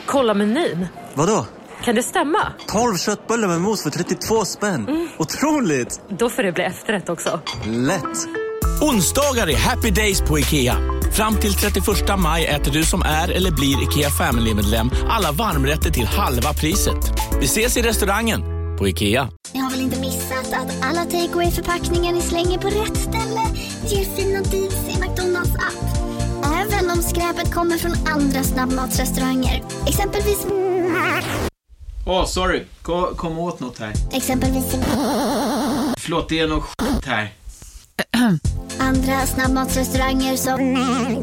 Kolla menyn. Vadå? Kan det stämma? 12 köttbullar med mos för 32 spänn. Otroligt! Då får det bli efterrätt också. Lätt! Onsdagar är happy days på IKEA. Fram till 31 maj äter du som är eller blir IKEA Family-medlem alla varmrätter till halva priset. Vi ses i restaurangen på IKEA. Ni har väl inte missat att alla takeaway-förpackningar ni slänger på rätt ställe ger fina deals i McDonalds app. Även om skräpet kommer från andra snabbmatsrestauranger. Exempelvis... Sorry. Kom åt något här. Exempelvis... Förlåt, det är något skit här. Andra snabbmatsrestauranger som...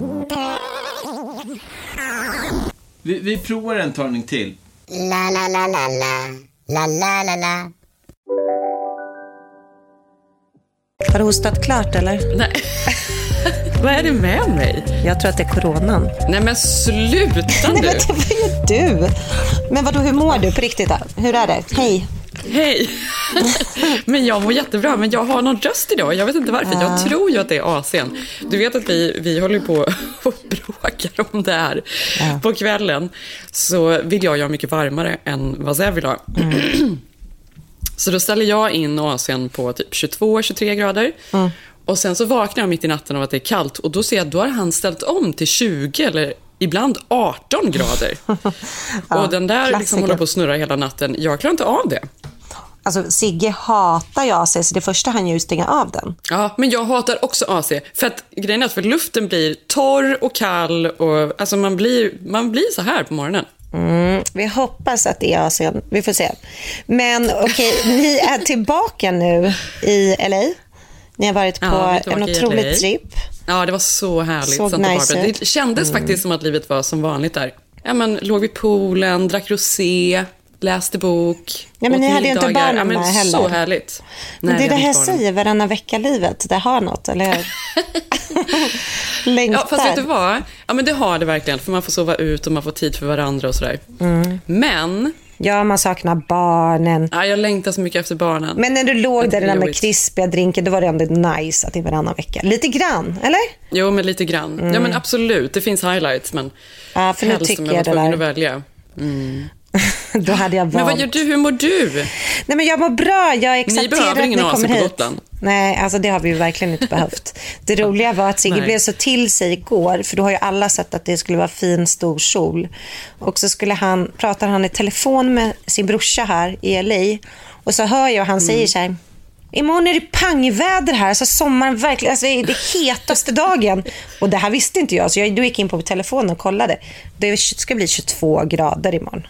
Vi provar en talning till. La la la la la. La la la la. Har du hostat klart eller? Nej. Vad är det med mig? Jag tror att det är coronan. Nej men sluta nu. Nej men vad gör du? Men vadå, hur mår du på riktigt då? Hur är det? Hej. Hej. Men jag mår jättebra, men jag har någon röst idag. Jag vet inte varför. Jag tror ju att det är AC'n. Du vet att vi håller på och bråkar om det här. På kvällen så vill jag göra mycket varmare än vad jag vill ha. Så då ställer jag in AC'n på typ 22-23 grader. Och sen så vaknar jag mitt i natten av att det är kallt. Och då ser jag att då har han ställt om till 20 eller ibland 18 grader. Och den där liksom håller på att snurra hela natten. Jag klarar inte av det. Alltså Sigge hatar ju AC, så det första han gör är att stänga av den. Ja, men jag hatar också AC. För att grejen är att luften blir torr och kall. Och alltså man blir så här på morgonen. Vi hoppas att det är AC'n. Vi får se. Men okej, ni är tillbaka nu i LA. Ni har varit på en otrolig trip. Ja, det var så härligt. Så nice. Det kändes faktiskt som att livet var som vanligt där. Ja, men låg vid poolen, drack rosé, läste bok. Ja, men ni hade ju inte barnen med heller. Så härligt. Men det är det här jag säger, varannan vecka-livet. Det har något, eller längtar. Ja, fast vet du vad? Ja, men det har det verkligen. För man får sova ut och man får tid för varandra och sådär. Men... Ja, man saknar barnen. Ja, jag längtar så mycket efter barnen. Men när du låg där den med krispiga drinken, då var det ändå nice att det var varannan vecka. Lite grann, eller? Jo, men lite grann. Ja, men absolut. Det finns highlights, men ja, för nu tycker jag det där. Att välja. Då hade jag valt. Men vad gör du? Hur mår du? Nej, men jag mår bra. Jag accepterar. Ni behöver ingen AC på Gotland. Nej, alltså det har vi ju verkligen inte behövt. Det roliga var att Sigge blev så till sig igår, för då har ju alla sett att det skulle vara fin stor sol. Och så pratar han i telefon med sin brorsa här i LA, och så hör jag han säger så här: imorgon är det pangväder här, alltså sommaren verkligen, alltså det är det hetaste dagen. Och det här visste inte jag, så då gick in på telefonen och kollade. Det ska bli 22 grader imorgon.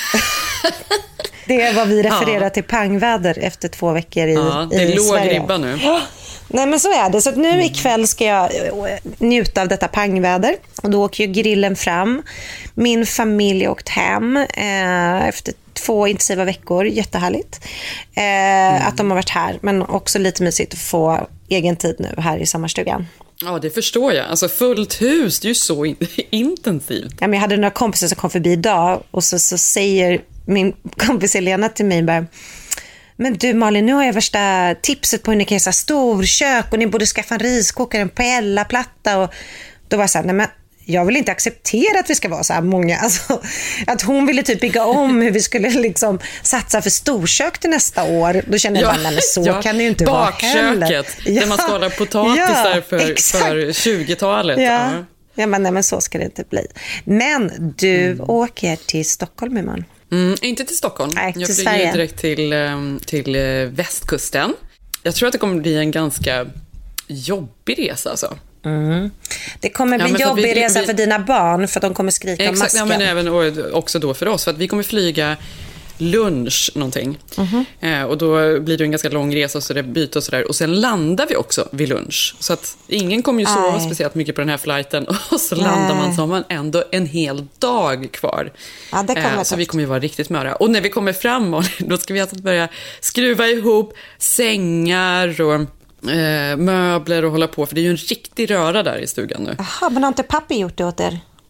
Det är vad vi refererar till pangväder efter 2 veckor i Sverige. Det är låg ribba nu. Nej, men så är det. Så att nu ikväll ska jag njuta av detta pangväder. Och då åker ju grillen fram. Min familj har åkt hem efter 2 intensiva veckor. Jättehärligt att de har varit här. Men också lite mysigt att få egen tid nu här i sommarstugan. Ja, det förstår jag. Alltså fullt hus, det är ju så intensivt. Ja, men jag hade några kompisar som kom förbi idag. Och så säger min kompis Elena till mig bara: men du Malin, nu har jag värsta tipset på hur ni kan göra storkök, och ni borde skaffa en riskokare, en paellaplatta. Och då var jag så här: nej men jag vill inte acceptera att vi ska vara så här många. Alltså, att hon ville typ bygga om hur vi skulle liksom satsa för storkök till nästa år. Då kände jag bara, men så kan det ju inte vara heller. Bakköket, där man skalar potatisar för 20-talet. Ja, men nej, men så ska det inte bli. Men du åker till Stockholm imorgon. Inte till Stockholm. Nej, jag till flyger Sverige. Direkt till västkusten. Jag tror att det kommer bli en ganska jobbig resa alltså. Det kommer bli jobbig resa för dina barn, för att de kommer skrika om masken. Ja, men även också då för oss, för att vi kommer flyga lunch någonting. Och då blir det en ganska lång resa, så det byter och sådär. Och sen landar vi också vid lunch. Så att ingen kommer ju sova speciellt mycket på den här flighten. Och så landar man, så har man ändå en hel dag kvar. Ja, det kommer så vi kommer ju vara riktigt möra. Och när vi kommer fram, då ska vi alltså börja skruva ihop sängar och möbler och hålla på. För det är ju en riktig röra där i stugan nu. Jaha, men har inte pappi gjort det åt er?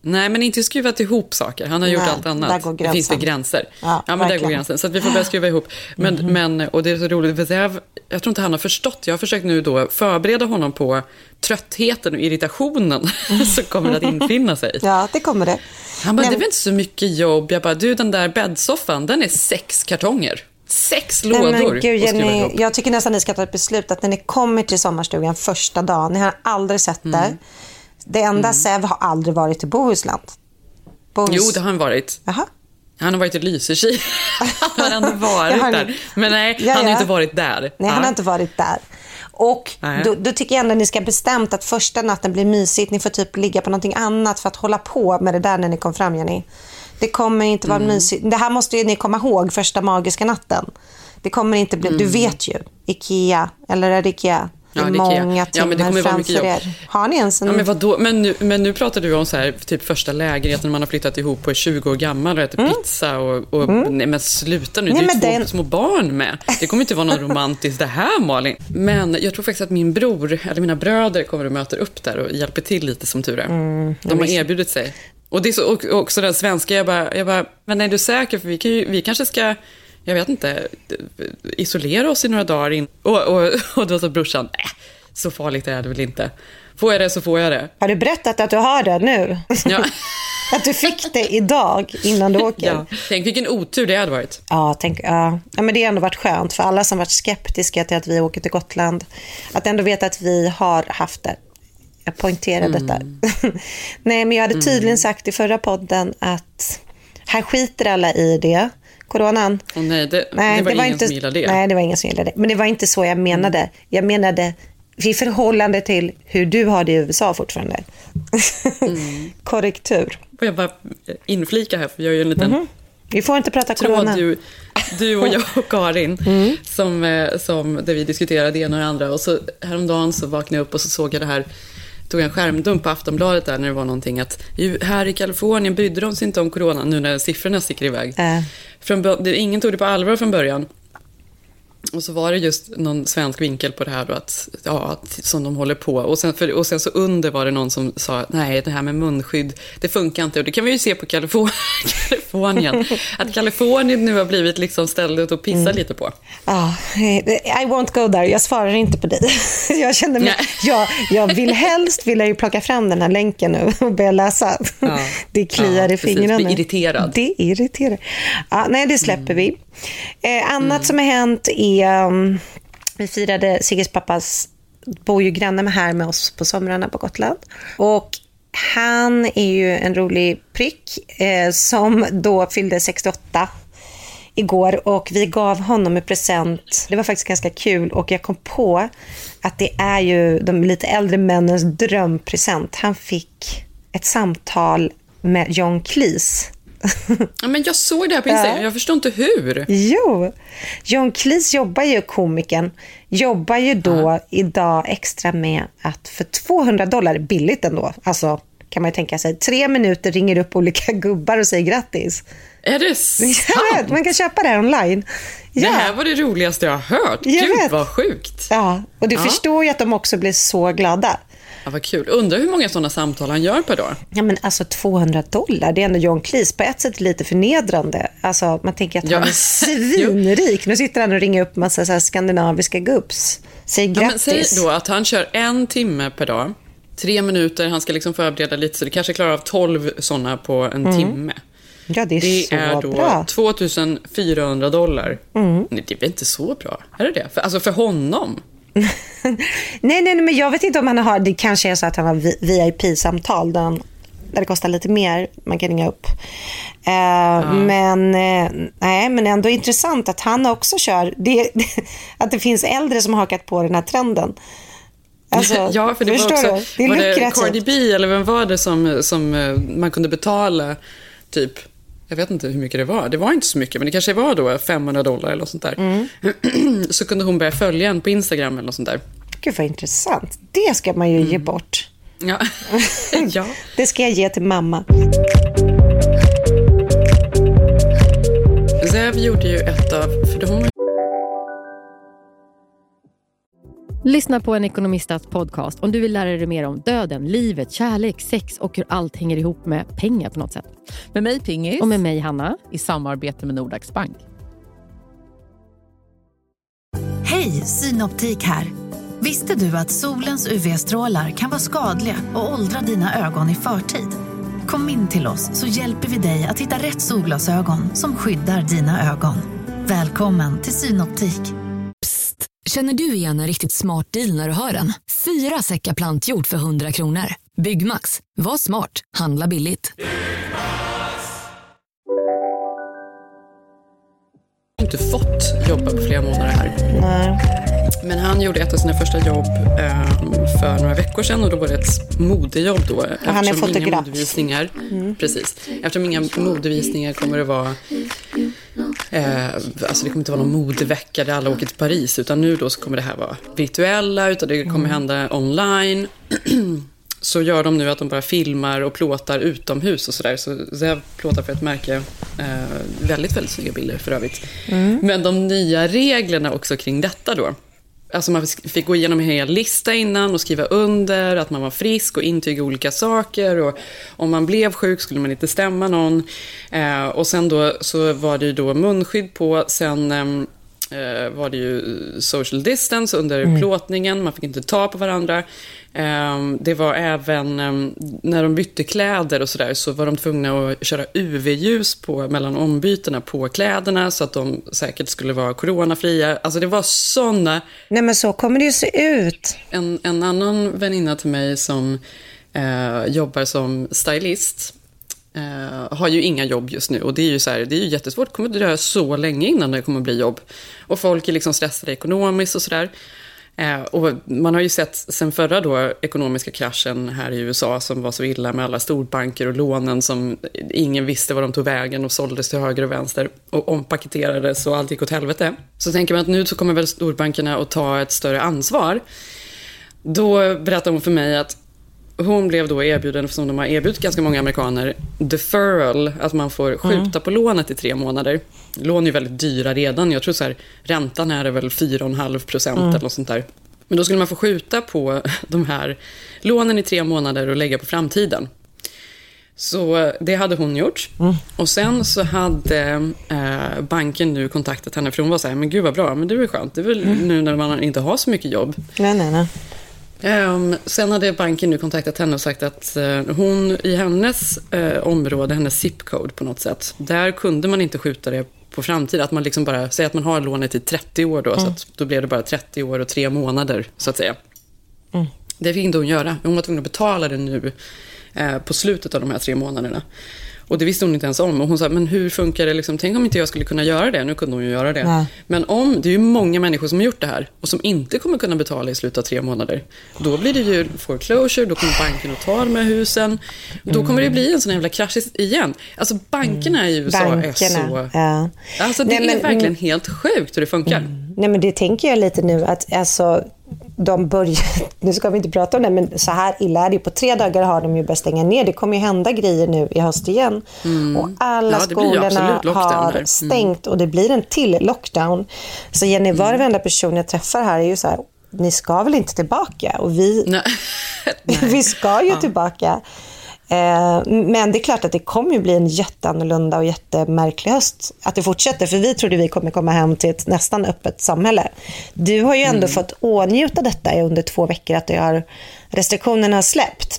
Nej, men inte skruvat ihop saker. Han har gjort allt annat. Där går gränsen. Det finns det gränser. Ja, men där går gränsen. Så att vi får börja skruva ihop. Men, och det är så roligt, för jag tror inte han har förstått. Jag har försökt nu då förbereda honom på tröttheten och irritationen som kommer att infinna sig. Ja, det kommer det. Han bara, det är väl inte så mycket jobb. Jag bara, den där bäddsoffan, den är 6 kartonger. 6 lådor. Nej, men gud, Jenny, jag tycker nästan ni ska ta ett beslut att när ni kommer till sommarstugan första dagen, ni har aldrig sett det. Det enda Sev har aldrig varit i Bohuslän. Jo, det har han varit. Jaha. Han har varit i Lysekil. Han har ändå varit där. Men nej, han har inte varit där. Nej, han har inte varit där. Och då tycker jag ändå att ni ska bestämt att första natten blir mysigt. Ni får typ ligga på någonting annat för att hålla på med det där när ni kom fram, Jenny. Det kommer inte vara mysigt. Det här måste ju ni komma ihåg första magiska natten. Det kommer inte bli, du vet ju, Ikea, eller är det Ikea? Det är många timmar framför er. Har ni ens en... Ja, men vadå? Men nu pratar du om så här, typ första lägenheten man har flyttat ihop på 20 år gammal och äter pizza och nej, men sluta nu, det är 2 små barn med. Det kommer inte vara något romantiskt det här, Malin. Men jag tror faktiskt att min bror, eller mina bröder kommer att möta upp där och hjälper till lite som tur är. De har erbjudit sig. Och det är så också den svenska, jag bara, men är du säker? För vi kanske ska... Jag vet inte, isolera oss i några dagar in. Och då sa brorsan, så farligt är det väl inte. Får jag det så får jag det. Har du berättat att du har det nu? Ja. Att du fick det idag innan du åker? Ja. Tänk vilken otur det hade varit. Ja, men det har ändå varit skönt för alla som varit skeptiska till att vi åker till Gotland. Att ändå veta att vi har haft det. Jag poängterade detta. Nej, men jag hade tydligen sagt i förra podden att här skiter alla i det. Coronan. Nej, det var ingen som gillade det. Nej, det var ingen som gillade det. Men det var inte så jag menade. Jag menade i förhållande till hur du har det i USA fortfarande. Korrektur. Får jag bara inflika här, för jag är ju en liten... Vi får inte prata corona. Du och jag och Karin som där vi diskuterade det ena och det andra. Och så häromdagen så vaknade jag upp och så såg jag det här. Tog en skärmdump på Aftonbladet där när det var någonting att här i Kalifornien brydde de sig inte om corona nu när siffrorna sticker iväg. Ingen tog det på allvar från början. Och så var det just någon svensk vinkel på det här då, att som de håller på. Och sen så under var det någon som sa nej, det här med munskydd, det funkar inte. Och det kan vi ju se på Kalifornien. Att Kalifornien nu har blivit liksom ställd och pissa lite på. I won't go there. Jag svarar inte på dig. Jag kände mig, jag vill ju plocka fram den här länken nu och börja läsa. Det kliar i fingrarna. Blir irriterad. Det är irriterad. Nej, det släpper vi. Annat som har hänt är vi firade Sigges pappas, bor ju granne här med oss på somrarna på Gotland, och han är ju en rolig prick som då fyllde 68 igår, och vi gav honom en present. Det var faktiskt ganska kul, och jag kom på att det är ju de lite äldre männens drömpresent. Han fick ett samtal med John Cleese. Ja, men jag såg det här på Instagram. Jag förstår inte hur. Jo, John Cleese jobbar ju då idag extra med att för $200, billigt ändå, alltså kan man ju tänka sig, 3 minuter ringer upp olika gubbar och säger grattis. Är det sant? Jag vet, man kan köpa det online. Ja. Det här var det roligaste jag har hört. Gud, vad sjukt. Ja, och du förstår ju att de också blir så glada. Ja, vad kul. Undrar hur många sådana samtal han gör per dag. Ja, men alltså $200, det är ändå John Cleese. På ett sätt lite förnedrande. Alltså, man tänker att han är svinrik. Nu sitter han och ringer upp massa så här skandinaviska gubbs. Säg grattis. Men säg då att han kör 1 timme per dag. 3 minuter, han ska liksom förbereda lite. Så det kanske klarar av 12 sådana på en timme. Ja, det är då bra. $2,400. Det är väl inte så bra? Är det? För honom? nej, men jag vet inte om han har, det kanske är så att han har VIP-samtal där det kostar lite mer, man kan ringa upp. Men ändå intressant att han också kör att det finns äldre som har hakat på den här trenden. Alltså, ja, för det var också det var det Cardi B eller vem var det som man kunde betala typ, jag vet inte hur mycket det var. Det var inte så mycket, men det kanske var då $500 eller något sånt där. Så kunde hon börja följa en på Instagram eller något sånt där. Gud vad intressant. Det ska man ju ge bort. Ja. Ja. Det ska jag ge till mamma. Zev gjorde ju ett av... För de... Lyssna på en ekonomistats podcast om du vill lära dig mer om döden, livet, kärlek, sex och hur allt hänger ihop med pengar på något sätt. Med mig Pingis. Och med mig Hanna. I samarbete med Nordax Bank. Hej, Synoptik här. Visste du att solens UV-strålar kan vara skadliga och åldra dina ögon i förtid? Kom in till oss så hjälper vi dig att hitta rätt solglasögon som skyddar dina ögon. Välkommen till Synoptik. Psst, känner du igen en riktigt smart deal när du hör den? 4 säckar plantjord för 100 kronor. Byggmax, var smart, handla billigt. Jag har inte fått jobba på flera månader här. Nej. Men han gjorde ett av sina första jobb för några veckor sedan och då var det ett modejobb då. Och han är fotograf. Precis. Eftersom inga modevisningar kommer det vara alltså det kommer inte vara någon modevecka där alla åker till Paris, utan nu då så kommer det här vara virtuella, utan det kommer hända online. Så gör de nu att de bara filmar och plåtar utomhus och sådär. Så jag plåtar för ett märke väldigt, väldigt snygga bilder för övrigt. Men de nya reglerna också kring detta då. Alltså man fick gå igenom en hel lista innan och skriva under att man var frisk och intyga olika saker. Och om man blev sjuk skulle man inte stämma någon. Och sen då så var det ju då munskydd på. Sen var det ju social distance under plåtningen. Man fick inte ta på varandra. Det var även när de bytte kläder och sådär, så var de tvungna att köra UV-ljus mellan ombytena på kläderna så att de säkert skulle vara coronafria. Alltså det var såna. Nej, men så kommer det ju se ut. En annan väninna till mig som jobbar som stylist har ju inga jobb just nu, och det är ju så här, det är ju jättesvårt. Det kommer att dröja så länge innan det kommer att bli jobb, och folk är liksom stressade ekonomiskt och sådär. Och man har ju sett sen förra då ekonomiska kraschen här i USA som var så illa med alla storbanker och lånen som ingen visste var de tog vägen och såldes till höger och vänster och ompaketerades och allt gick åt helvete. Så tänker man att nu så kommer väl storbankerna att ta ett större ansvar. Då berättar hon för mig att hon blev då erbjuden, eftersom de har erbjudit ganska många amerikaner, deferral, att man får skjuta på lånet i 3 månader. Lån är ju väldigt dyra redan. Jag tror så här, räntan här är väl 4,5% eller något sånt där. Men då skulle man få skjuta på de här lånen i 3 månader och lägga på framtiden. Så det hade hon gjort. Och sen så hade banken nu kontaktat henne, för hon var så här, men gud vad bra, men det är skönt. Det är väl nu när man inte har så mycket jobb. Nej. Sen hade banken nu kontaktat henne och sagt att hon i hennes område, hennes zip-code på något sätt, där kunde man inte skjuta det på framtiden. Att man liksom bara säger att man har lånet i 30 år då, så att då blev det bara 30 år och 3 månader så att säga. Det fick inte hon göra. Hon var tvungen att betala det nu på slutet av de här 3 månaderna. Och det visste hon inte ens om. Och hon sa, men hur funkar det liksom? Tänk om inte jag skulle kunna göra det. Nu kunde hon ju göra det. Nej. Men det är ju många människor som har gjort det här och som inte kommer kunna betala i slutet av 3 månader. Då blir det ju foreclosure, då kommer banken att ta de här husen. Då kommer det bli en sån jävla krasch igen. Alltså bankerna i USA är så... Ja. Alltså det är verkligen helt sjukt hur det funkar. Nej, men det tänker jag lite nu att alltså... De börjar, nu ska vi inte prata om det, men så här illa är det. På 3 dagar har de ju börjat stänga ner. Det kommer ju hända grejer nu i höst igen. Och alla skolorna har stängt och det blir en till lockdown. Så Jenny, varenda person jag träffar här är ju så här, ni ska väl inte tillbaka? Och vi ska ju tillbaka. Men det är klart att det kommer ju bli en jätteannorlunda och jättemärklig höst att det fortsätter, för vi trodde vi kommer komma hem till ett nästan öppet samhälle. Du har ju ändå fått ånjuta detta under 2 veckor, att restriktionerna har släppt,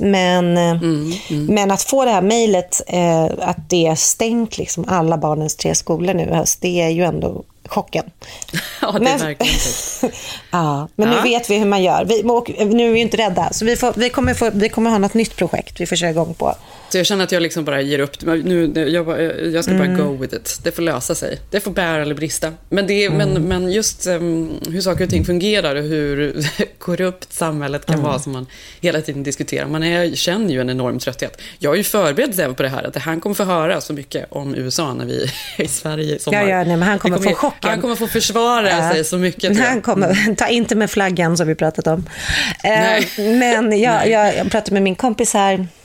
men att få det här mejlet att det är stängt liksom alla barnens 3 skolor nu i höst, det är ju ändå chocken. Ja, det är verkligen så. Men nu vet vi hur man gör. Nu är vi inte rädda. Så vi kommer ha något nytt projekt vi får köra igång på. Så jag känner att jag liksom bara ger upp. Jag ska bara go with it. Det får lösa sig. Det får bära eller brista. Men just hur saker och ting fungerar och hur korrupt samhället kan vara, som man hela tiden diskuterar. Man känner ju en enorm trötthet. Jag är ju förberedd även på det här, att han kommer få höra så mycket om USA när vi är i Sverige i sommar. Men han kommer få chocken. Han kommer få försvara sig så mycket. Han kommer ta inte med flaggan som vi pratat om. Men jag pratade med min kompis här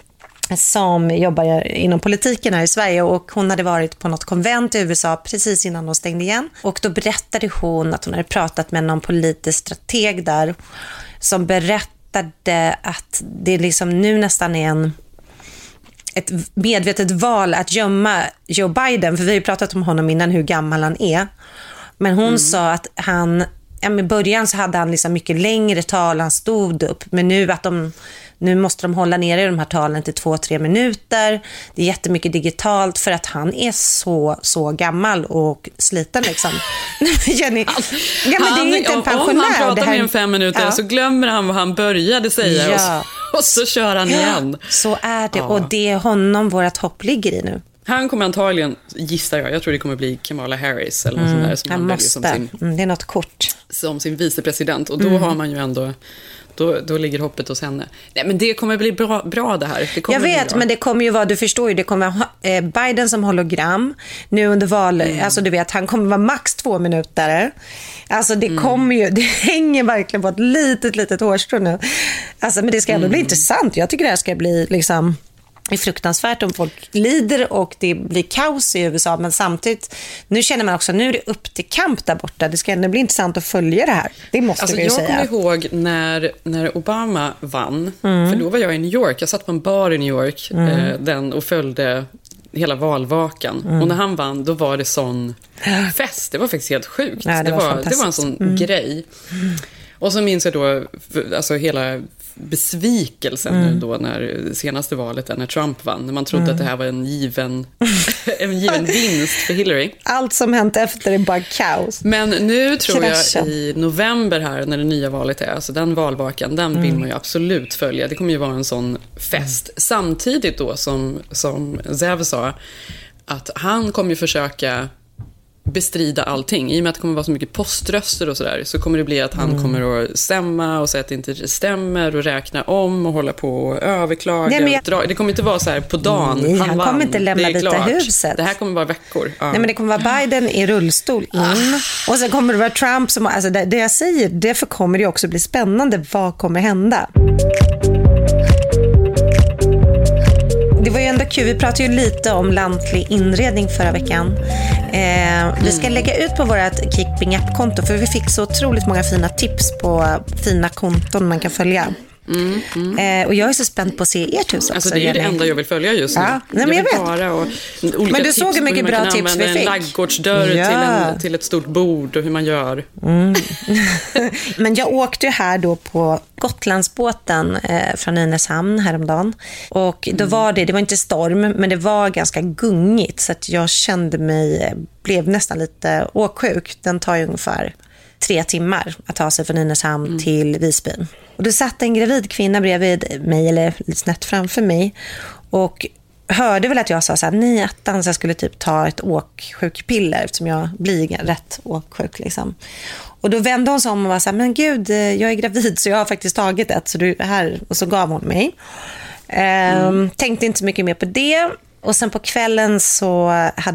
som jobbar inom politiken här i Sverige, och hon hade varit på något konvent i USA precis innan de stängde igen. Och då berättade hon att hon hade pratat med någon politisk strateg där som berättade att det liksom nu nästan är ett medvetet val att gömma Joe Biden, för vi har ju pratat om honom innan hur gammal han är. Men hon sa att han, i början så hade han liksom mycket längre tal, han stod upp, men nu måste de hålla nere de här talen till 2-3 minuter. Det är jättemycket digitalt för att han är så gammal och sliten liksom. Jenny, men det är inte en pensionär. Om han pratar med en 5 minuter så glömmer han vad han började säga och så kör han igen. Så är det, och det är honom vårt hopp ligger i nu. Han kommer antagligen, gissar jag tror det kommer bli Kamala Harris eller något sånt där som han väljer som sin, det är något kort. Som sin vicepresident, och då har man ju ändå, då ligger hoppet hos henne. Nej, men det kommer bli bra det här. Det kommer jag vet, men det kommer ju vara, du förstår ju, det kommer vara Biden som hologram nu under val, alltså du vet, han kommer vara max 2 minuter. Alltså det kommer ju, det hänger verkligen på ett litet hårstrå nu. Alltså, men det ska ändå bli intressant. Jag tycker det här ska bli liksom, det är fruktansvärt om folk lider och det blir kaos i USA, men samtidigt nu känner man också, nu är det upp till kamp där borta. Det ska ändå bli intressant att följa det här. Det måste vi ju säga. Jag kommer ihåg när Obama vann, för då var jag i New York. Jag satt på en bar i New York och följde hela valvakan. Och när han vann, då var det sån fest. Det var faktiskt helt sjukt. Ja, det var en sån grej. Och så minns jag då alltså hela besvikelsen nu då när senaste valet när Trump vann, när man trodde att det här var en given vinst för Hillary. Allt som hänt efter är bara kaos. Men nu tror jag i november här när det nya valet är, alltså den valvakan, den vill man ju absolut följa. Det kommer ju vara en sån fest. Samtidigt då som Zev sa, att han kommer ju försöka bestrida allting. I och med att det kommer vara så mycket poströster och sådär, så kommer det bli att han kommer att stämma och säga att det inte stämmer och räkna om och hålla på och överklaga. Nej, det kommer inte vara så här på dagen. Nej, han kommer inte lämna Vita huset. Det här kommer vara veckor. Ja. Nej, men det kommer vara Biden i rullstol in. Och sen kommer det vara Trump som, alltså det jag säger, därför kommer det också bli spännande. Vad kommer hända? Det var ju ändå kul, vi pratade ju lite om lantlig inredning förra veckan. Vi ska lägga ut på vårt Keeping Up-konto, för vi fick så otroligt många fina tips på fina konton man kan följa. Och jag är så spänd på att se ert hus också. Alltså det är det enda jag vill följa just nu. Ja, nej, men jag vet. Men du såg hur mycket bra tips vi fick. En laggårdsdörr till ett stort bord och hur man gör. Men jag åkte ju här då på Gotlandsbåten från Nynäshamn häromdagen. Och då var det var inte storm, men det var ganska gungigt, så att jag kände mig, blev nästan lite åksjuk. Den tar ju ungefär 3 timmar att ta sig från Nynäshamn till Visby. Och då satt en gravid kvinna bredvid mig, eller lite snett framför mig, och hörde väl att jag sa så här, nej attans, jag skulle typ ta ett åksjukpiller eftersom jag blir rätt åksjuk liksom. Och då vände hon sig om och var så här, men gud, jag är gravid så jag har faktiskt tagit ett, så du är här. Och så gav hon mig. Tänkte inte så mycket mer på det. Och sen på kvällen så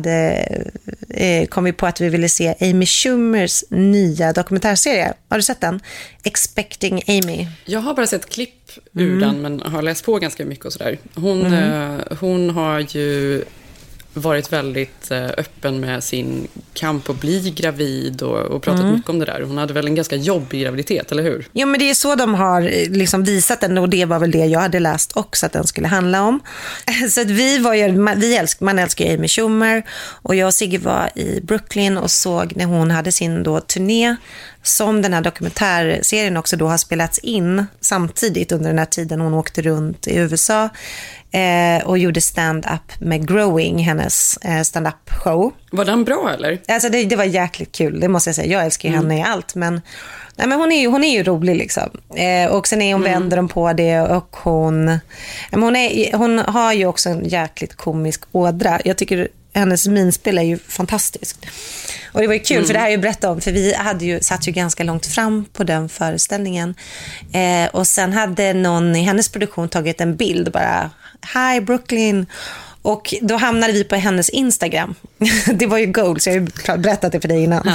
kom vi på att vi ville se Amy Schumers nya dokumentärserie. Har du sett den? Expecting Amy. Jag har bara sett klipp ur den, men har läst på ganska mycket och sådär. Hon har ju varit väldigt öppen med sin kamp att bli gravid och pratat mycket om det där. Hon hade väl en ganska jobbig graviditet, eller hur? Ja, men det är så de har liksom visat den, och det var väl det jag hade läst också att den skulle handla om. Så att man älskar Amy Schumer, och jag och Sigge var i Brooklyn och såg när hon hade sin då turné, som den här dokumentärserien också då har spelats in samtidigt under den här tiden hon åkte runt i USA och gjorde stand-up med Growing, hennes stand-up show. Var den bra eller? Alltså det var jäkligt kul, det måste jag säga. Jag älskar henne i allt, men hon är ju rolig liksom. Och sen är hon vänder de på det, och hon har ju också en jäkligt komisk ådra. Jag tycker hennes minspel är ju fantastiskt. Och det var ju kul, för det här är ju berättat om, för vi satt ju ganska långt fram på den föreställningen. Och sen hade någon i hennes produktion tagit en bild bara, hi Brooklyn. Och då hamnade vi på hennes Instagram. Det var ju gold, så jag har ju berättat det för dig innan.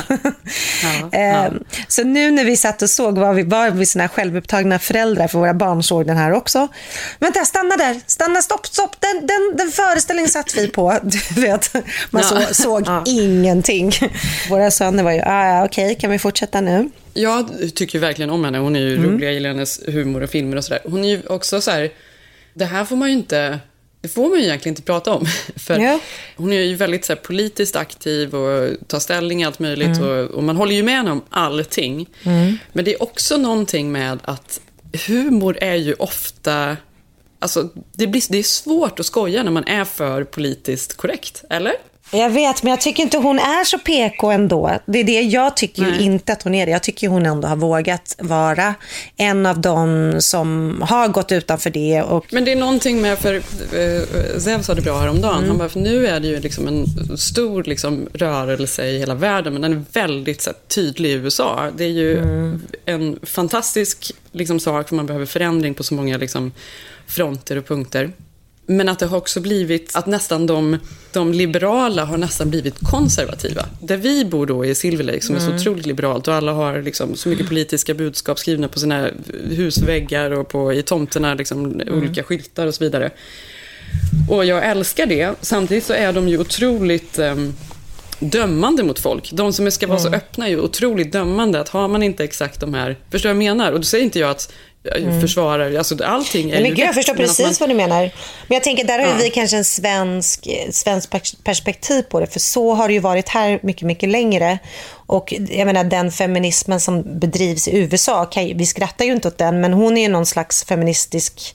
Så nu när vi satt och såg var vi såna här självupptagna föräldrar, för våra barn såg den här också. Vänta, stanna där. Stopp. Den föreställningen satt vi på. Du vet, man såg ingenting. Våra söner var ju, okej, kan vi fortsätta nu? Jag tycker verkligen om henne. Hon är ju rolig, jag gillar hennes humor och filmer och sådär. Hon är ju också så här, det får man ju egentligen inte prata om. För hon är ju väldigt så här, politiskt aktiv och tar ställning i allt möjligt. Och man håller ju med henne om allting. Men det är också någonting med att humor är ju ofta... Alltså, det är svårt att skoja när man är för politiskt korrekt, eller? Jag vet, men jag tycker inte hon är så PK ändå. Det är det jag tycker ju inte att hon är det. Jag tycker hon ändå har vågat vara en av dem som har gått utanför det. Men det är någonting med, för Zev sa det bra häromdagen. Han bara, för nu är det ju liksom en stor liksom, rörelse i hela världen, men den är väldigt så här, tydlig i USA. Det är ju en fantastisk liksom, sak, för man behöver förändring på så många liksom, fronter och punkter. Men att det har också blivit att nästan de liberala har nästan blivit konservativa. Där vi bor då i Silver Lake, som är så otroligt liberalt, och alla har liksom så mycket politiska budskap skrivna på sina husväggar och i tomterna liksom, olika skyltar och så vidare. Och jag älskar det. Samtidigt så är de ju otroligt dömande mot folk. De som ska vara så öppna är ju otroligt dömande. Att har man inte exakt de här... Förstår jag menar? Och då säger inte jag att försvarar, alltså allting är ju jag förstår precis vad du menar. Men jag tänker, där har vi kanske en svensk perspektiv på det, för så har det ju varit här mycket, mycket längre. Och jag menar, den feminismen som bedrivs i USA, vi skrattar ju inte åt den, men hon är ju någon slags feministisk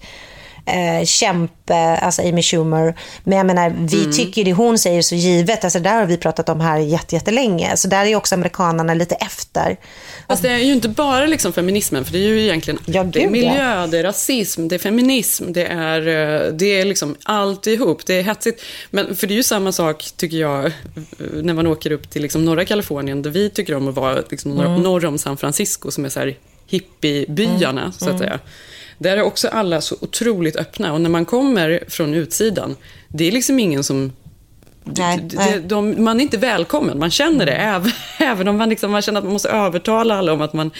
kämpe, alltså Amy Schumer. Men jag menar, vi tycker det hon säger så givet. Alltså där har vi pratat om här jättelänge. Så där är ju också amerikanerna lite efter. Alltså det är ju inte bara liksom feminismen, för det är ju egentligen det är miljö, det är rasism, det är feminism, det är liksom alltihop. Det är hetsigt. Men för det är ju samma sak, tycker jag, när man åker upp till liksom norra Kalifornien, där vi tycker om att vara liksom norr om San Francisco, som är så här hippiebyarna, så att säga. Där är också alla så otroligt öppna. Och när man kommer från utsidan, det är liksom ingen som... man är inte välkommen. Man känner det. Även om man känner att man måste övertala alla om att man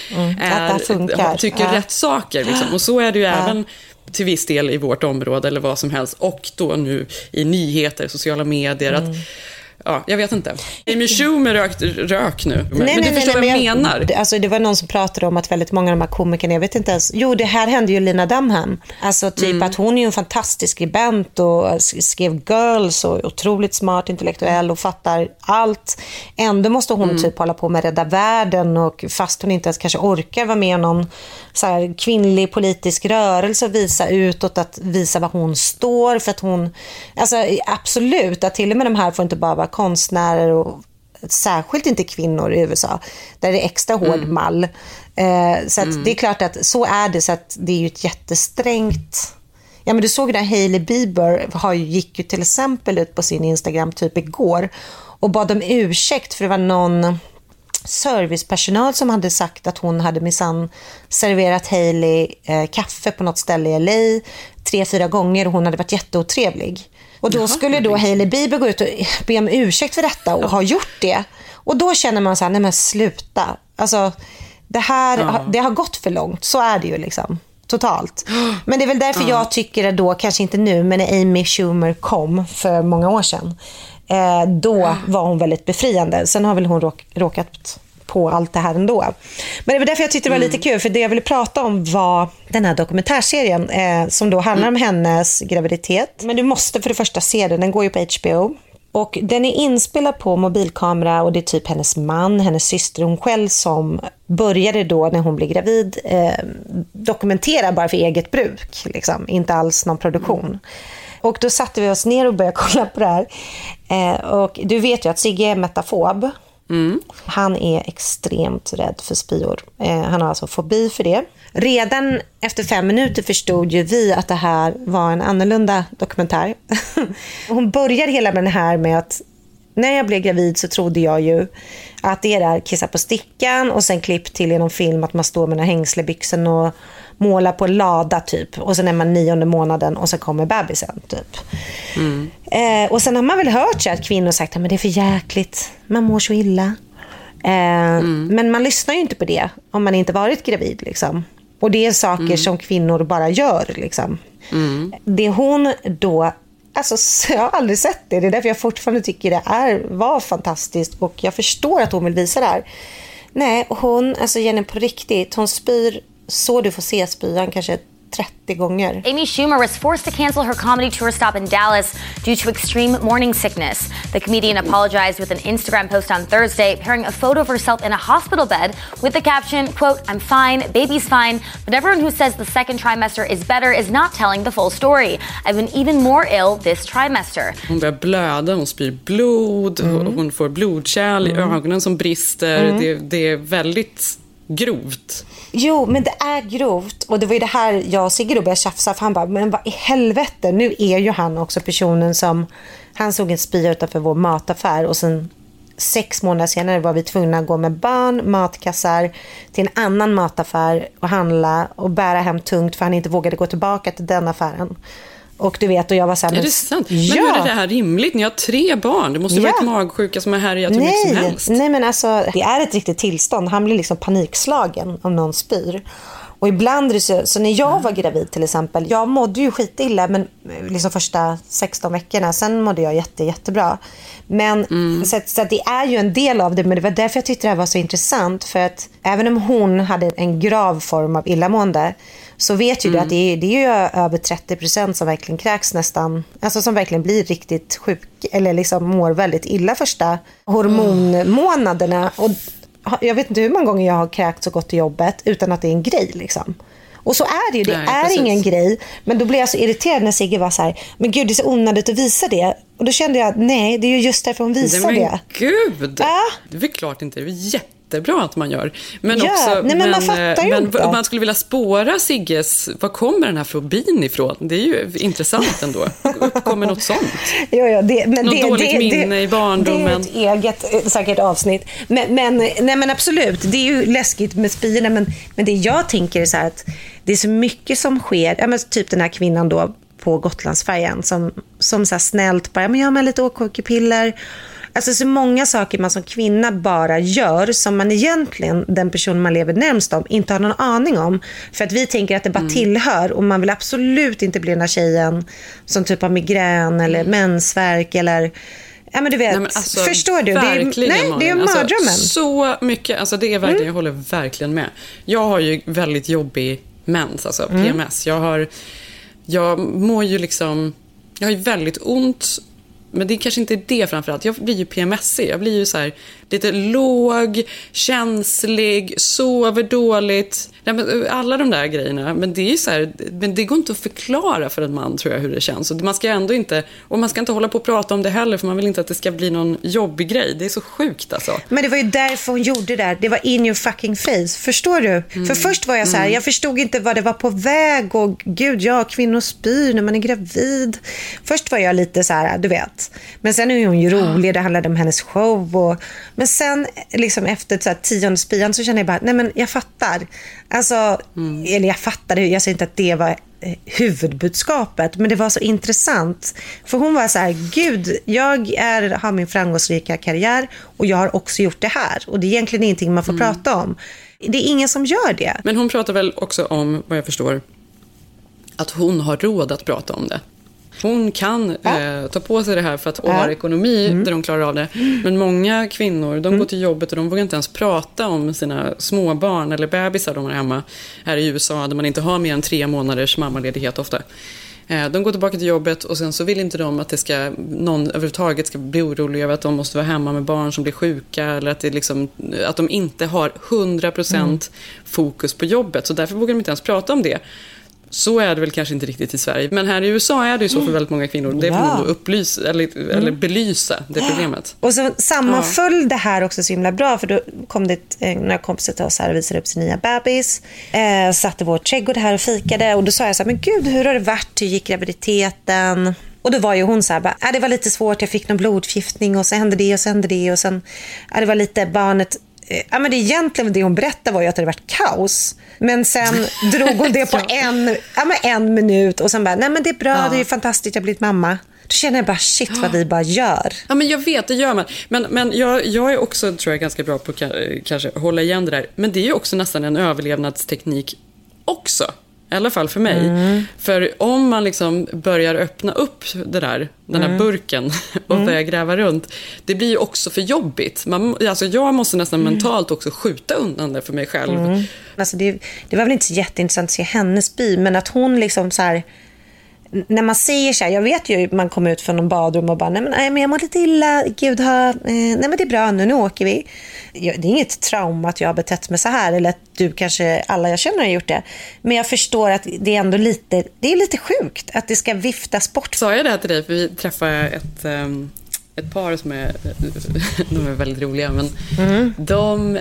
tycker rätt saker. Liksom. Och så är det ju även till viss del i vårt område eller vad som helst. Och då nu i nyheter, sociala medier. Att, jag vet inte. Amy Schumer rök nu. Men du förstår vad jag menar. Alltså, det var någon som pratade om att väldigt många av de här komikerna, jag vet inte ens. Jo, det här hände ju Lena Dunham. Alltså typ att hon är ju en fantastisk skribent och skrev Girls och otroligt smart, intellektuell och fattar allt. Ändå måste hon typ hålla på med Rädda Världen, och fast hon inte ens kanske orkar vara med i någon så här kvinnlig politisk rörelse och visa utåt, att visa vad hon står för, att hon, alltså absolut, att till och med de här får inte bara vara konstnärer, och särskilt inte kvinnor i USA där det är extra hård mall. Så att det är klart att så är det, så att det är ju ett jättesträngt. Ja, men du såg där Hailey Bieber gick ju till exempel ut på sin Instagram typ igår och bad om ursäkt, för det var någon servicepersonal som hade sagt att hon hade minsann serverat Hailey kaffe på något ställe i LA 3-4 gånger, och hon hade varit jätteotrevlig. Och då skulle då Hailey Bieber gå ut och be om ursäkt för detta och ha gjort det. Och då känner man så här, nej men sluta. Alltså, det har gått för långt. Så är det ju liksom, totalt. Men det är väl därför jag tycker att då, kanske inte nu, men när Amy Schumer kom för många år sedan, då var hon väldigt befriande. Sen har väl hon råkat på allt det här ändå. Men det var därför jag tyckte det var lite kul, för det jag ville prata om var den här dokumentärserien som då handlar om hennes graviditet. Men du måste för det första se den går ju på HBO. Och den är inspelad på mobilkamera, och det är typ hennes man, hennes syster, hon själv som började då när hon blev gravid dokumentera bara för eget bruk, liksom. Inte alls någon produktion. Och då satte vi oss ner och började kolla på det här. Och du vet ju att Sigge är metafob. Han är extremt rädd för spyor. Han har alltså fobi för det. Redan efter 5 minuter förstod ju vi att det här var en annorlunda dokumentär. Hon börjar hela med den här med att när jag blev gravid så trodde jag ju att det är där kissa på stickan, och sen klipp till i någon film att man står med den här hängslebyxen och måla på en lada typ. Och sen är man 9:e månaden och så kommer bebisen typ. Och sen har man väl hört så att kvinnor sagt att det är för jäkligt, man mår så illa. Men man lyssnar ju inte på det om man inte varit gravid liksom. Och det är saker som kvinnor bara gör liksom. Det hon då, alltså jag har aldrig sett det. Det är därför jag fortfarande tycker det var fantastiskt. Och jag förstår att hon vill visa det här. Nej, hon, alltså Jenny på riktigt, hon spyr så du får se spyan kanske 30 gånger. Amy Schumer was forced to cancel her comedy tour stop in Dallas due to extreme morning sickness. The comedian apologized with an Instagram post on Thursday, pairing a photo of herself in a hospital bed with the caption, quote, "I'm fine, baby's fine, but everyone who says the second trimester is better is not telling the full story. I've been even more ill this trimester." Hon börjar blöda, hon spyr blod, hon får blodkärl i ögonen som brister. Det är väldigt grovt. Jo, men det är grovt. Och det var ju det här jag och Sigge då började tjafsa. För han bara, men vad i helvete. Nu är ju han också personen som... Han såg en spya utanför vår mataffär. Och sen 6 månader senare var vi tvungna att gå med barn, matkassar till en annan mataffär och handla och bära hem tungt för han inte vågade gå tillbaka till den affären. Och du vet, och jag var så här... Är det sant? Men hur är det här rimligt? Ni har 3 barn. Det måste vara ett magsjuka som är härjat hur mycket som helst. Nej, men alltså, det är ett riktigt tillstånd. Han blir liksom panikslagen om någon spyr. Och ibland är det så när jag var gravid till exempel, jag mådde ju skitilla, men liksom första 16 veckorna, sen mådde jag jättebra. Men så att det är ju en del av det, men det var därför jag tyckte det här var så intressant, för att även om hon hade en grav form av illamående, så vet ju du att det är ju över 30% som verkligen kräks nästan, alltså som verkligen blir riktigt sjuk eller liksom mår väldigt illa första hormonmånaderna. Och jag vet inte hur många gånger jag har kräkt så gott till jobbet utan att det är en grej liksom. Och så är det ju, det är ingen grej. Men då blev jag så irriterad när Sigge var så här, men gud det är så onödigt att visa det. Och då kände jag, nej det är ju just därför hon visar det. Men gud, det är väl klart inte, det är jättebra att man gör. Men också, men man fattar ju inte. Man skulle vilja spåra Sigges, var kommer den här fobin ifrån? Det är ju intressant ändå. Kommer något sånt? Jo, något dåligt minne i barndomen. Det är ett eget säkert avsnitt. Men absolut, det är ju läskigt med spyorna. Men det jag tänker är så här att det är så mycket som sker. Ja, men typ den här kvinnan då på Gotlandsfärjan som så här snällt bara, men jag har med lite åkpiller. Alltså så många saker man som kvinna bara gör som man egentligen, den person man lever närmst om, inte har någon aning om. För att vi tänker att det bara tillhör, och man vill absolut inte bli den här tjejen som typ har migrän eller mensvärk eller... Ja, men du vet, alltså, förstår du? Det är mardrömmen. Alltså, så mycket, alltså det är verkligen, jag håller verkligen med. Jag har ju väldigt jobbig mens, alltså PMS. Jag mår ju liksom, jag har ju väldigt ont. Men det är kanske inte det framförallt. Jag blir ju PMSig. Jag blir ju så här lite låg, känslig, sover dåligt. Alla de där grejerna. Men det är ju så här, men det går inte att förklara för en man, tror jag, hur det känns. Och man ska ändå inte, och man ska inte hålla på och prata om det heller, för man vill inte att det ska bli någon jobbig grej. Det är så sjukt alltså. Men det var ju därför hon gjorde det där. Det var in your fucking face. Förstår du? För först var jag så här, jag förstod inte vad det var på väg. Och gud, kvinnor spyr när man är gravid. Först var jag lite så här, du vet. Men sen är hon ju rolig, det handlade om hennes show. Men sen liksom efter så här 10:e spyan så känner jag bara, nej men jag fattar. Alltså, eller jag fattade, jag säger inte att det var huvudbudskapet, men det var så intressant. För hon var så här, gud, jag har min framgångsrika karriär och jag har också gjort det här. Och det är egentligen ingenting man får prata om. Det är ingen som gör det. Men hon pratar väl också om, vad jag förstår, att hon har råd att prata om det. Hon kan ta på sig det här för att hon har ekonomi där de klarar av det. Men många kvinnor, de går till jobbet och de vågar inte ens prata om sina småbarn eller bebisar de har hemma. Här i USA där man inte har mer än 3 månaders mammaledighet ofta. De går tillbaka till jobbet och sen så vill inte de att någon överhuvudtaget ska bli orolig över att de måste vara hemma med barn som blir sjuka, eller att, att de inte har 100% fokus på jobbet. Så därför vågar de inte ens prata om det. Så är det väl kanske inte riktigt i Sverige. Men här i USA är det ju så för väldigt många kvinnor. Det är nog att upplysa eller belysa det problemet. Och så sammanföll det här också så himla bra. För då kom det några kompisar till oss här och visade upp sin nya bebis. Satt i vår trädgård här och fikade. Och då sa jag så här, men gud, hur har det varit? Hur gick graviditeten? Och då var ju hon så här, det var lite svårt. Jag fick någon blodförgiftning och så hände det och så hände det. Och sen, det var lite, barnet men det egentligen det hon berättade var ju att det hade varit kaos. Men sen drog hon det på en minut och sen bara, nej men det är bra, det är fantastiskt, jag har blivit mamma. Då känner jag bara, shit vad vi bara gör. Ja, men jag vet, det gör man. Men jag är också, tror jag, ganska bra på kanske hålla igen det där. Men det är ju också nästan en överlevnadsteknik också. I alla fall för mig. För om man liksom börjar öppna upp det där, den här burken och börjar gräva runt, det blir ju också för jobbigt. Alltså jag måste nästan mentalt också skjuta undan det för mig själv. Alltså det var väl inte så jätteintressant att se hennes by, men att hon liksom så här, när man säger så här, jag vet ju man kommer ut från en badrum och bara, nej men jag mår lite illa, gud nej men det är bra, nu åker vi. Det är inget trauma att jag har betett mig så här, eller att du kanske, alla jag känner har gjort det. Men jag förstår att det är ändå lite, det är lite sjukt att det ska viftas bort. Sa jag det här till dig, för vi träffade ett par som de är väldigt roliga, men de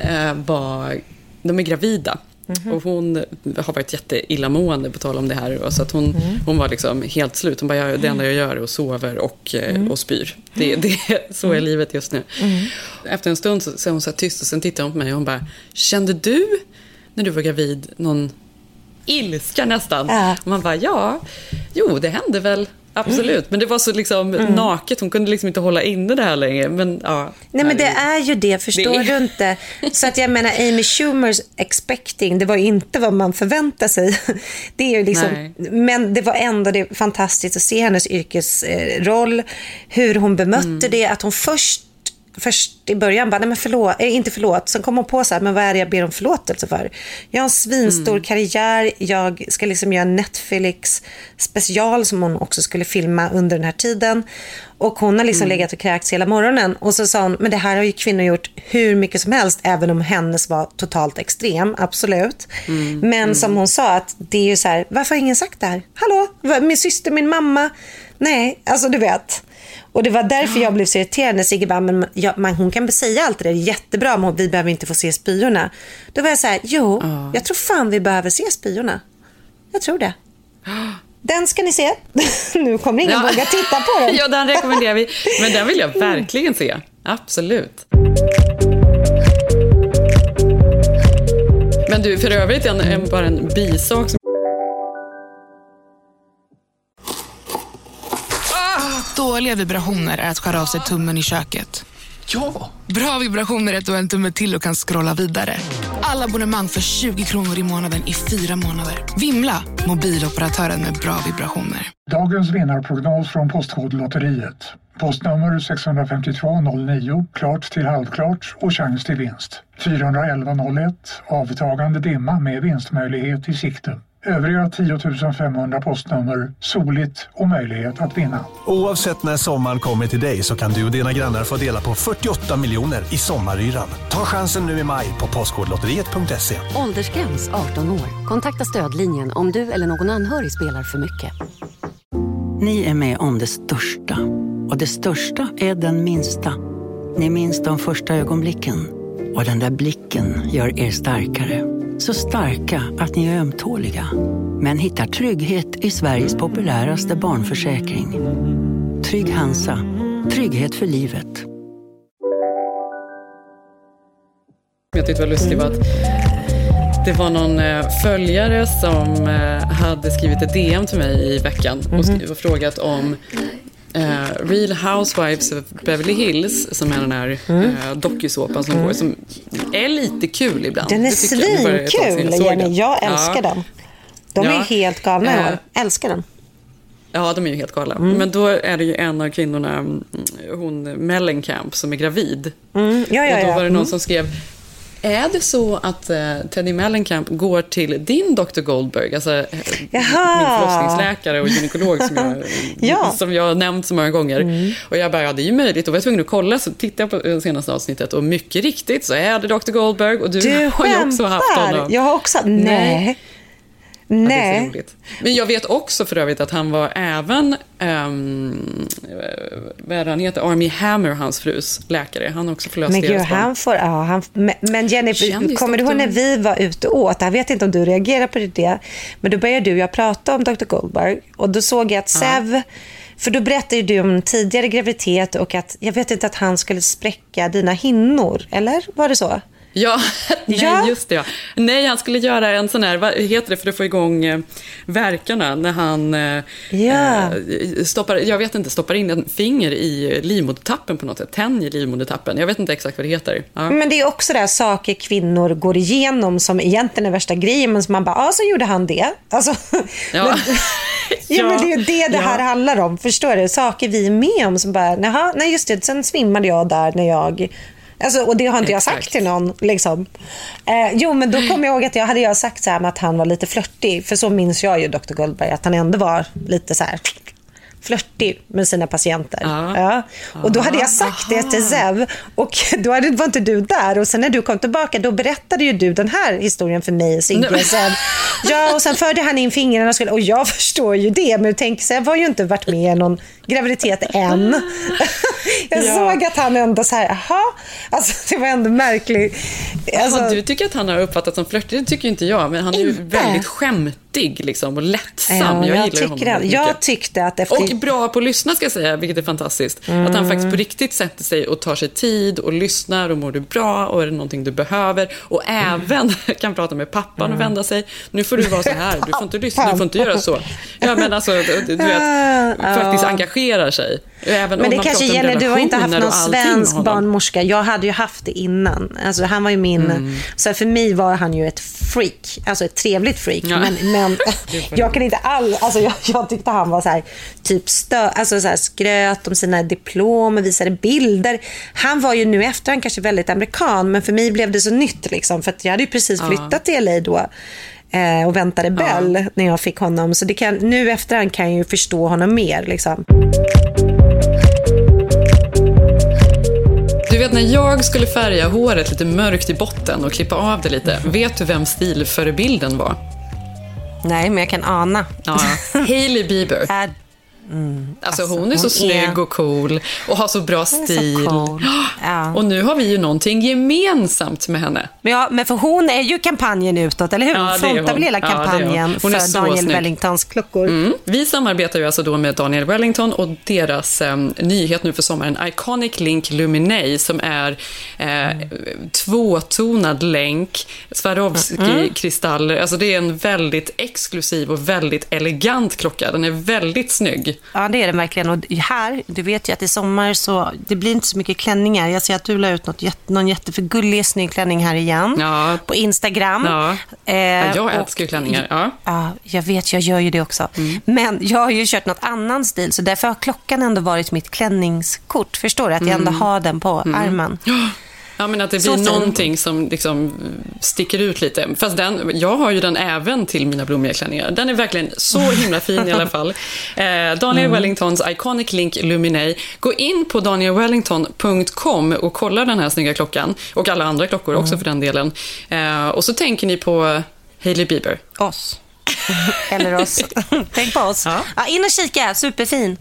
är gravida. Och hon har varit jätteillamående på tal om det här. Så att hon var liksom helt slut. Hon bara, det enda jag gör är att sover och spyr. Så är livet just nu. Efter en stund så är hon så tyst och sen tittar hon på mig och hon bara, kände du när du var gravid någon ilska nästan? Och man bara, det hände väl. Absolut, men det var så liksom naket. Hon kunde liksom inte hålla inne det här längre. Men, nej, men det är ju det, förstår du inte? Så att jag menar, Amy Schumers expecting, det var ju inte vad man förväntar sig. Det är ju liksom, men det var ändå det fantastiskt att se hennes yrkesroll, hur hon bemötte det, att hon först i början bara, nej men inte förlåt. Sen kom hon på så här, men vad är det jag ber om förlåtelse för? Jag har en svinstor karriär, jag ska liksom göra en Netflix special som hon också skulle filma under den här tiden. Och hon har liksom legat och kräkts hela morgonen. Och så sa hon, men det här har ju kvinnor gjort hur mycket som helst, även om hennes var totalt extrem, absolut. Men som hon sa, att det är ju så här, varför har ingen sagt det här? Hallå, min syster, min mamma. Nej, alltså du vet. Och det var därför jag blev så irriterad när Sigge bara, men hon kan säga allt det där, jättebra, men vi behöver inte få se spyorna. Då var jag så här, jag tror fan vi behöver se spyorna. Jag tror det. Den ska ni se. Nu kommer ingen våga titta på den. Ja, den rekommenderar vi. Men den vill jag verkligen se. Absolut. Men du, för övrigt bara en bisak som... Dåliga vibrationer är att skära av sig tummen i köket. Ja! Bra vibrationer är att du har en tumme till och kan scrolla vidare. Alla abonnemang för 20 kronor i månaden i 4 månader. Vimla, mobiloperatören med bra vibrationer. Dagens vinnarprognos från Postkodlotteriet. Postnummer 65209, klart till halvklart och chans till vinst. 41101, avtagande dimma med vinstmöjlighet i sikte. Övriga 10 500 postnummer, soligt och möjlighet att vinna. Oavsett när sommaren kommer till dig så kan du och dina grannar få dela på 48 miljoner i sommaryran. Ta chansen nu i maj på postkodlotteriet.se. Åldersgräns 18 år. Kontakta stödlinjen om du eller någon anhörig spelar för mycket. Ni är med om det största. Och det största är den minsta. Ni minns de första ögonblicken. Och den där blicken gör er starkare. Så starka att ni är ömtåliga. Men hittar trygghet i Sveriges populäraste barnförsäkring. Trygg Hansa. Trygghet för livet. Jag tyckte det var lustigt att det var någon följare som hade skrivit ett DM till mig i veckan och frågat om Real Housewives of Beverly Hills, som är den här dokusåpan som går, som är lite kul ibland. Den är svinkul, Jenny. Jag älskar den. De är helt galna i år. Älskar den. Ja, de är ju helt galna. Men då är det ju en av kvinnorna, hon Mellencamp, som är gravid. Och då var det någon som skrev: är det så att Teddy Mellencamp går till din Dr. Goldberg, alltså min förlossningsläkare och gynekolog som jag har nämnt så många gånger. Och jag bara, det är ju möjligt. Och jag var tvungen att kolla, så tittade jag på det senaste avsnittet. Och mycket riktigt så är det Dr. Goldberg. Och du har ju också haft honom. Jag har också, nej. Ja, det är så roligt. Men jag vet också för övrigt att han var även vad är det han heter? Armie Hammer, hans frus läkare. Han har också förlöst deras barn. Men Jenny, kommer du ihåg när vi var ute och åt? Jag vet inte om du reagerar på det. Men då började du och jag prata om Dr. Goldberg. Och då såg jag att Sev, för då berättade du om tidigare graviditet och att jag vet inte att han skulle spräcka dina hinnor. Eller var det så? Ja, nej, just det. Ja. Nej, han skulle göra en sån här, vad heter det, för att få igång verkarna när han stoppar in en finger i livmodertappen på något sätt, tänjer livmodertappen. Jag vet inte exakt vad det heter. Ja. Men det är också där saker kvinnor går igenom som egentligen är värsta grejen, men som man bara, så gjorde han det. Alltså, ja. Men det är ju det här handlar om, förstår du? Saker vi är med om som bara, nej just det, sen svimmade jag där när jag... Alltså, och det har inte jag sagt till någon liksom. Men då kommer jag ihåg att jag hade sagt så här med att han var lite flörtig. För så minns jag ju Dr. Goldberg, att han ändå var lite så här flörtig med sina patienter. Ja. Och då hade jag sagt det till Zev, och då var inte du där, och sen när du kom tillbaka då berättade ju du den här historien för mig, Sigge och Zev. Ja, och sen förde han in fingrarna och jag förstår ju det, men tänk, Zev har ju inte varit med i någon graviditet än. Jag såg att han ändå så här, alltså det var ändå märkligt. Alltså, du tycker att han har uppfattat som flörtig, det tycker inte jag, men han är ju väldigt skämtig liksom, och lättsam. Jag gillar honom. Jag tyckte att efter... Och bra på att lyssna, ska jag säga, vilket är fantastiskt. Att han faktiskt på riktigt sätter sig och tar sig tid och lyssnar, och mår du bra och är det någonting du behöver, och även kan prata med pappan och vända sig. Nu får du vara så här, du får inte lyssna, du får inte göra så. Ja, men alltså, du vet, faktiskt engagerar sig. Även men det kanske gäller, du har inte haft någon svensk barnmorska. Jag hade ju haft det innan. Alltså han var ju min, så för mig var han ju ett freak, alltså ett trevligt freak, men jag kan inte alltså jag tyckte han var så här typ alltså så här skröt om sina diplom och visade bilder. Han var ju nu efter han kanske väldigt amerikan, men för mig blev det så nytt liksom, för att jag hade ju precis flyttat till LA då. Och väntade Bell när jag fick honom, så det kan, nu efterhand kan jag ju förstå honom mer liksom. Du vet, när jag skulle färga håret lite mörkt i botten och klippa av det lite, vet du vem stilförebilden var? Nej, men jag kan ana. Ja, Hailey Bieber. Alltså hon är så snygg och cool och har så bra stil. Så cool. Och nu har vi ju någonting gemensamt med henne. Ja, men för hon är ju kampanjen utåt, eller hur? Hon frontar väl hela kampanjen för Daniel Wellingtons klockor. Vi samarbetar ju alltså då med Daniel Wellington och deras nyhet nu för sommaren, Iconic Link Luminate, som är tvåtonad länk, Swarovski-kristaller. Alltså det är en väldigt exklusiv och väldigt elegant klocka. Den är väldigt snygg. Ja, det är det verkligen. Och här, du vet ju att i sommar så det blir inte så mycket klänningar. Jag ser att du la ut någon jätteförgullig snygg klänning här igen på Instagram. Jag älskar ju klänningar. Ja, jag vet, jag gör ju det också. Men jag har ju kört något annan stil, så därför har klockan ändå varit mitt klänningskort. Förstår du? Att jag ändå har den på armen. Ja, men att det blir någonting som liksom sticker ut lite. Fast jag har ju den även till mina blommiga klänningar. Den är verkligen så himla fin i alla fall. Daniel Wellingtons Iconic Link Luminate. Gå in på danielwellington.com och kolla den här snygga klockan. Och alla andra klockor också för den delen. Och så tänker ni på Hailey Bieber. Oss. Eller oss. Tänk på oss. Ja, in och kika, superfin.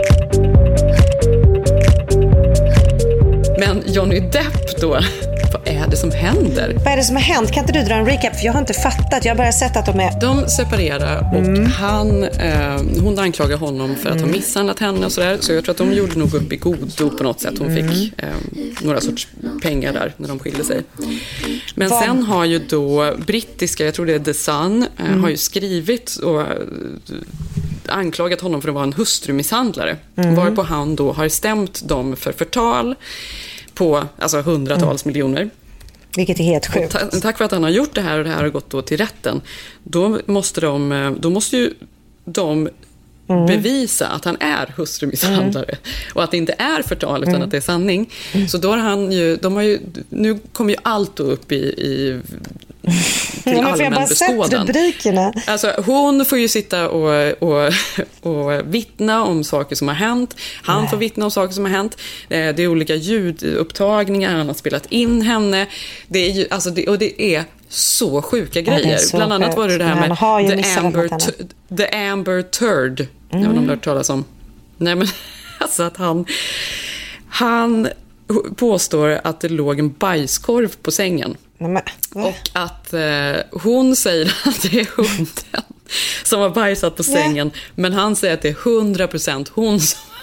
Men Johnny Depp då, vad är det som händer? Vad är det som har hänt? Kan inte du dra en recap? För jag har inte fattat, jag har bara sett att de separerar och hon anklagar honom för att ha misshandlat henne och sådär. Så jag tror att de gjorde nog upp i godo på något sätt. Hon fick några sorts pengar där när de skilde sig. Men sen har ju då brittiska, jag tror det är The Sun, har ju skrivit och anklagat honom för att vara en hustrumisshandlare. Varpå han då har stämt dem för förtal på alltså hundratals miljoner. Vilket är helt sjukt. Tack för att han har gjort det här, och det här har gått då till rätten. Då måste ju de bevisa att han är hustrumisshandlare och att det inte är förtal utan att det är sanning. Så då har nu kommer ju allt upp i till allmän beskådan. Alltså, hon får ju sitta och vittna om saker som har hänt. Han får vittna om saker som har hänt. Det är olika ljudupptagningar. Han har spelat in henne. Det är ju, alltså, det är så sjuka grejer. Bland annat var det här med The Amber Turd. Jag vet inte om du har hört talas om. Nej, men alltså att han påstår att det låg en bajskorv på sängen. Och att hon säger att det är hunden som har bajsat på sängen. Men han säger att det är 100% hon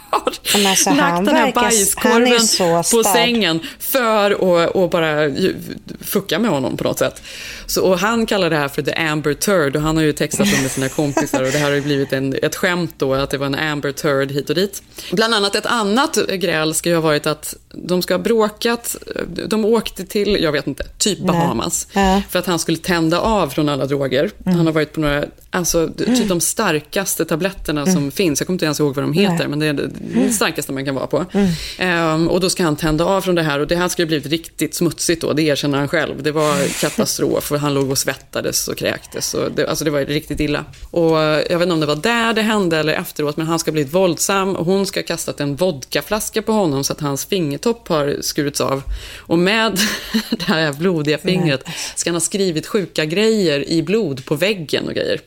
har lagt den här bajskorven på sängen för att bara fucka med honom på något sätt. Och han kallar det här för the Amber Turd, och han har ju textat om med sina kompisar, och det här har ju blivit ett skämt då, att det var en Amber Turd hit och dit. Bland annat ett annat gräl ska ju ha varit att de ska ha bråkat, de åkte till, jag vet inte, typ Bahamas, för att han skulle tända av från alla droger. Han har varit på några, alltså typ de starkaste tabletterna som finns, jag kommer inte ens ihåg vad de heter, men det är det starkaste man kan vara på. Och då ska han tända av från det här, och det här ska ju blivit riktigt smutsigt då, det erkänner han själv. Det var katastrof, för han låg och svettades och kräktes, och det var riktigt illa. Och jag vet inte om det var där det hände eller efteråt, men han ska bli våldsam, och hon ska ha kastat en vodkaflaska på honom så att hans fingertopp har skurits av. Och med det här blodiga fingret ska han ha skrivit sjuka grejer i blod på väggen och grejer.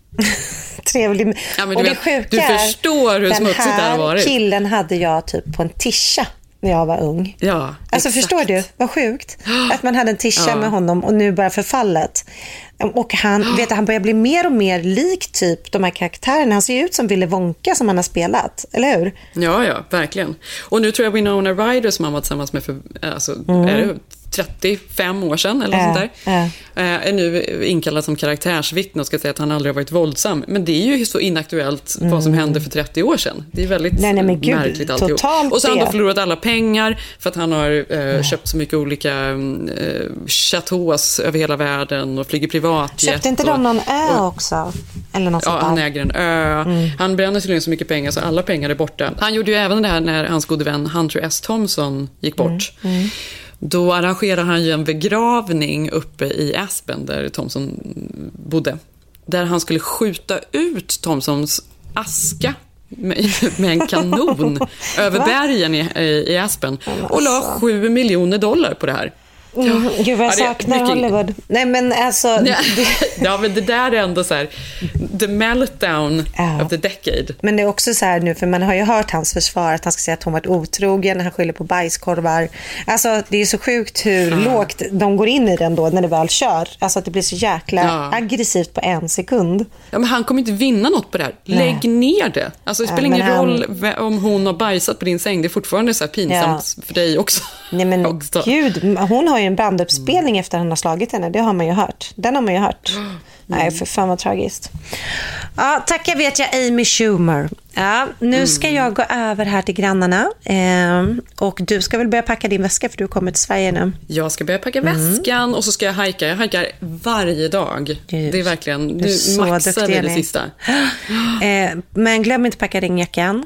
Trevligt. Ja, men och du förstår hur smutsigt det har varit. Den här killen hade jag typ på en tisha när jag var ung. Ja, alltså exakt. Förstår du, vad sjukt att man hade en tisha med honom, och nu bara förfallet. Och han börjar bli mer och mer lik typ de här karaktärerna. Han ser ju ut som Willy Wonka som han har spelat, eller hur? Ja, verkligen. Och nu tror jag Winona Ryder, som han var tillsammans med för, alltså, är det 35 år sedan eller sånt där, är nu inkallad som karaktärsvittne och ska säga att han aldrig har varit våldsam. Men det är ju så inaktuellt vad som hände för 30 år sedan. Det är väldigt märkligt alltihop. Och så har han då förlorat alla pengar för att han har köpt så mycket olika chateaus över hela världen och flyger privatjet. Köpte inte de någon ö också? Eller något sånt där? Han äger en ö. Han bränner tydligen så mycket pengar så alla pengar är borta. Han gjorde ju även det här när hans gode vän Hunter S. Thompson gick bort. Då arrangerade han ju en begravning uppe i Aspen där Thompson bodde. Där han skulle skjuta ut Thompsons aska med en kanon över bergen i Aspen. Och la $7 miljoner på det här. Gud vad jag saknar Hollywood. Nej men alltså ja men det där är ändå så här the meltdown of the decade. Men det är också så här nu, för man har ju hört hans försvar att han ska säga att hon varit otrogen, han skyller på bajskorvar. Alltså det är så sjukt hur lågt de går in i den då när det väl kör. Alltså att det blir så jäkla aggressivt på en sekund. Ja men han kommer inte vinna något på det här. Lägg ner det. Alltså det spelar ingen roll om hon har bajsat på din säng. Det är fortfarande så här pinsamt för dig också. Nej men gud, hon har ju en banduppspelning efter att han har slagit henne. Det har man ju hört. Den har man ju hört. Nej, för fan vad tragiskt. Ja, tackar vet jag Amy Schumer. Ja, nu ska jag gå över här till grannarna. Och du ska väl börja packa din väska för du kommer till Sverige nu. Jag ska börja packa väskan och så ska jag hajka. Jag hajkar varje dag. Det är verkligen, nu maxar vi det sista. Men glöm inte packa regnjackan.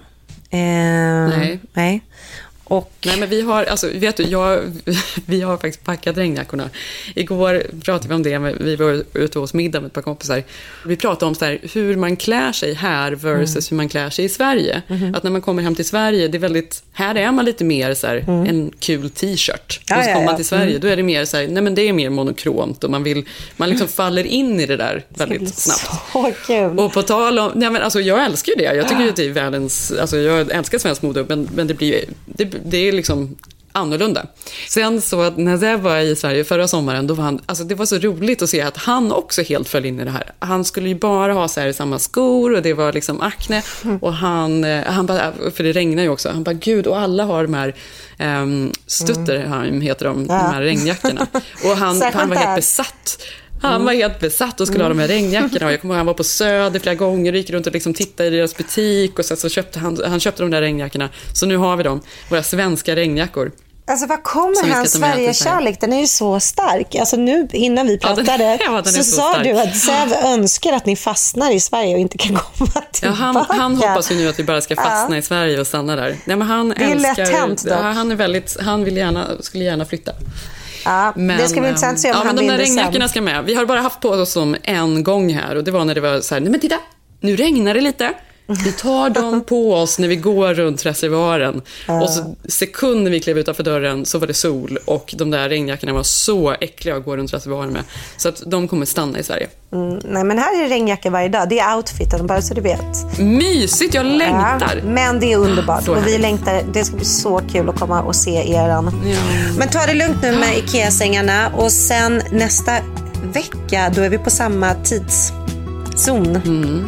Nej. Nej men vi har, alltså vet du, vi har faktiskt packat regnjackorna. Igår pratade vi om det, vi var ute hos middag med ett par kompisar. Vi pratade om så här, hur man klär sig här versus hur man klär sig i Sverige. Att när man kommer hem till Sverige, det är väldigt, här är man lite mer så här, en kul t-shirt. Och så kommer man till Sverige, då är det mer så här, nej men det är mer monokromt och man liksom faller in i det där väldigt snabbt. Så kul. Och på tal om, nej men alltså jag älskar ju det. Jag tycker att det är världens, alltså jag älskar svensk mode, men det är liksom annorlunda. Sen så när jag var i Sverige förra sommaren, då var han, alltså det var så roligt att se att han också helt föll in i det här. Han skulle ju bara ha så här samma skor och det var liksom akne och han bara, för det regnar ju också, han bara gud, och alla har de här Stutterheim heter de här regnjackorna. Och han var helt besatt. Han var helt besatt och skulle ha de här regnjackorna. Och jag kommer ihåg, han var på Söder flera gånger och gick runt och liksom tittade i deras butik. Och så köpte han köpte de där regnjackorna. Så nu har vi dem, våra svenska regnjackor. Alltså vad kommer hans Sverige-kärlek? Den är ju så stark. Alltså nu innan vi pratade så sa du att Säv önskar att ni fastnar i Sverige och inte kan komma tillbaka. Ja, han hoppas ju nu att vi bara ska fastna i Sverige och stanna där. Nej, men han det är älskar, lätt hänt dock. Han är väldigt, han vill skulle gärna flytta. Ja, men, det ska bli intressant att se om han men de där vill regnjackorna ska med. Vi har bara haft på oss som en gång här. Och det var när det var så här, nej men titta, nu regnar det lite. Vi tar dem på oss när vi går runt reservoaren. Och så sekund när vi klev utanför dörren så var det sol. Och de där regnjackorna var så äckliga att gå runt reservoaren med. Så att de kommer stanna i Sverige. Nej, men här är regnjackor varje dag. Det är outfiten, bara så du vet. Mysigt, jag längtar. Men det är underbart. Och vi längtar, det ska bli så kul att komma och se eran. Men ta det lugnt nu med IKEA-sängarna. Och sen nästa vecka, då är vi på samma tidszon.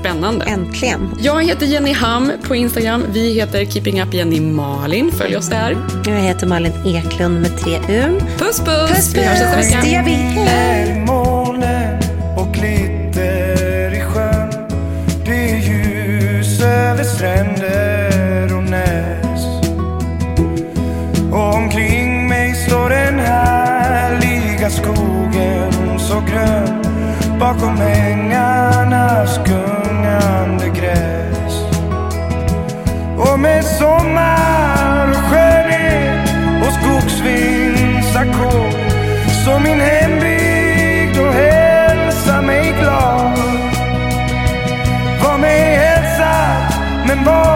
Spännande. Äntligen. Jag heter Jenny Ham på Instagram. Vi heter Keeping Up Jenny Malin. Följ oss där. Jag heter Malin Eklund med 3 U. Puss puss. Vi hörs nästa vecka. Det gör vi. Hej. Molnen och glitter i sjön. Det är ljus över stränder och näs. Och omkring mig står den härliga skogen så grön. Bakom ängarnas gungande gräs. Och med sommar och skönhet och skogsvindsackord så min hembygd och hälsa mig glad. Var mig hälsa, men var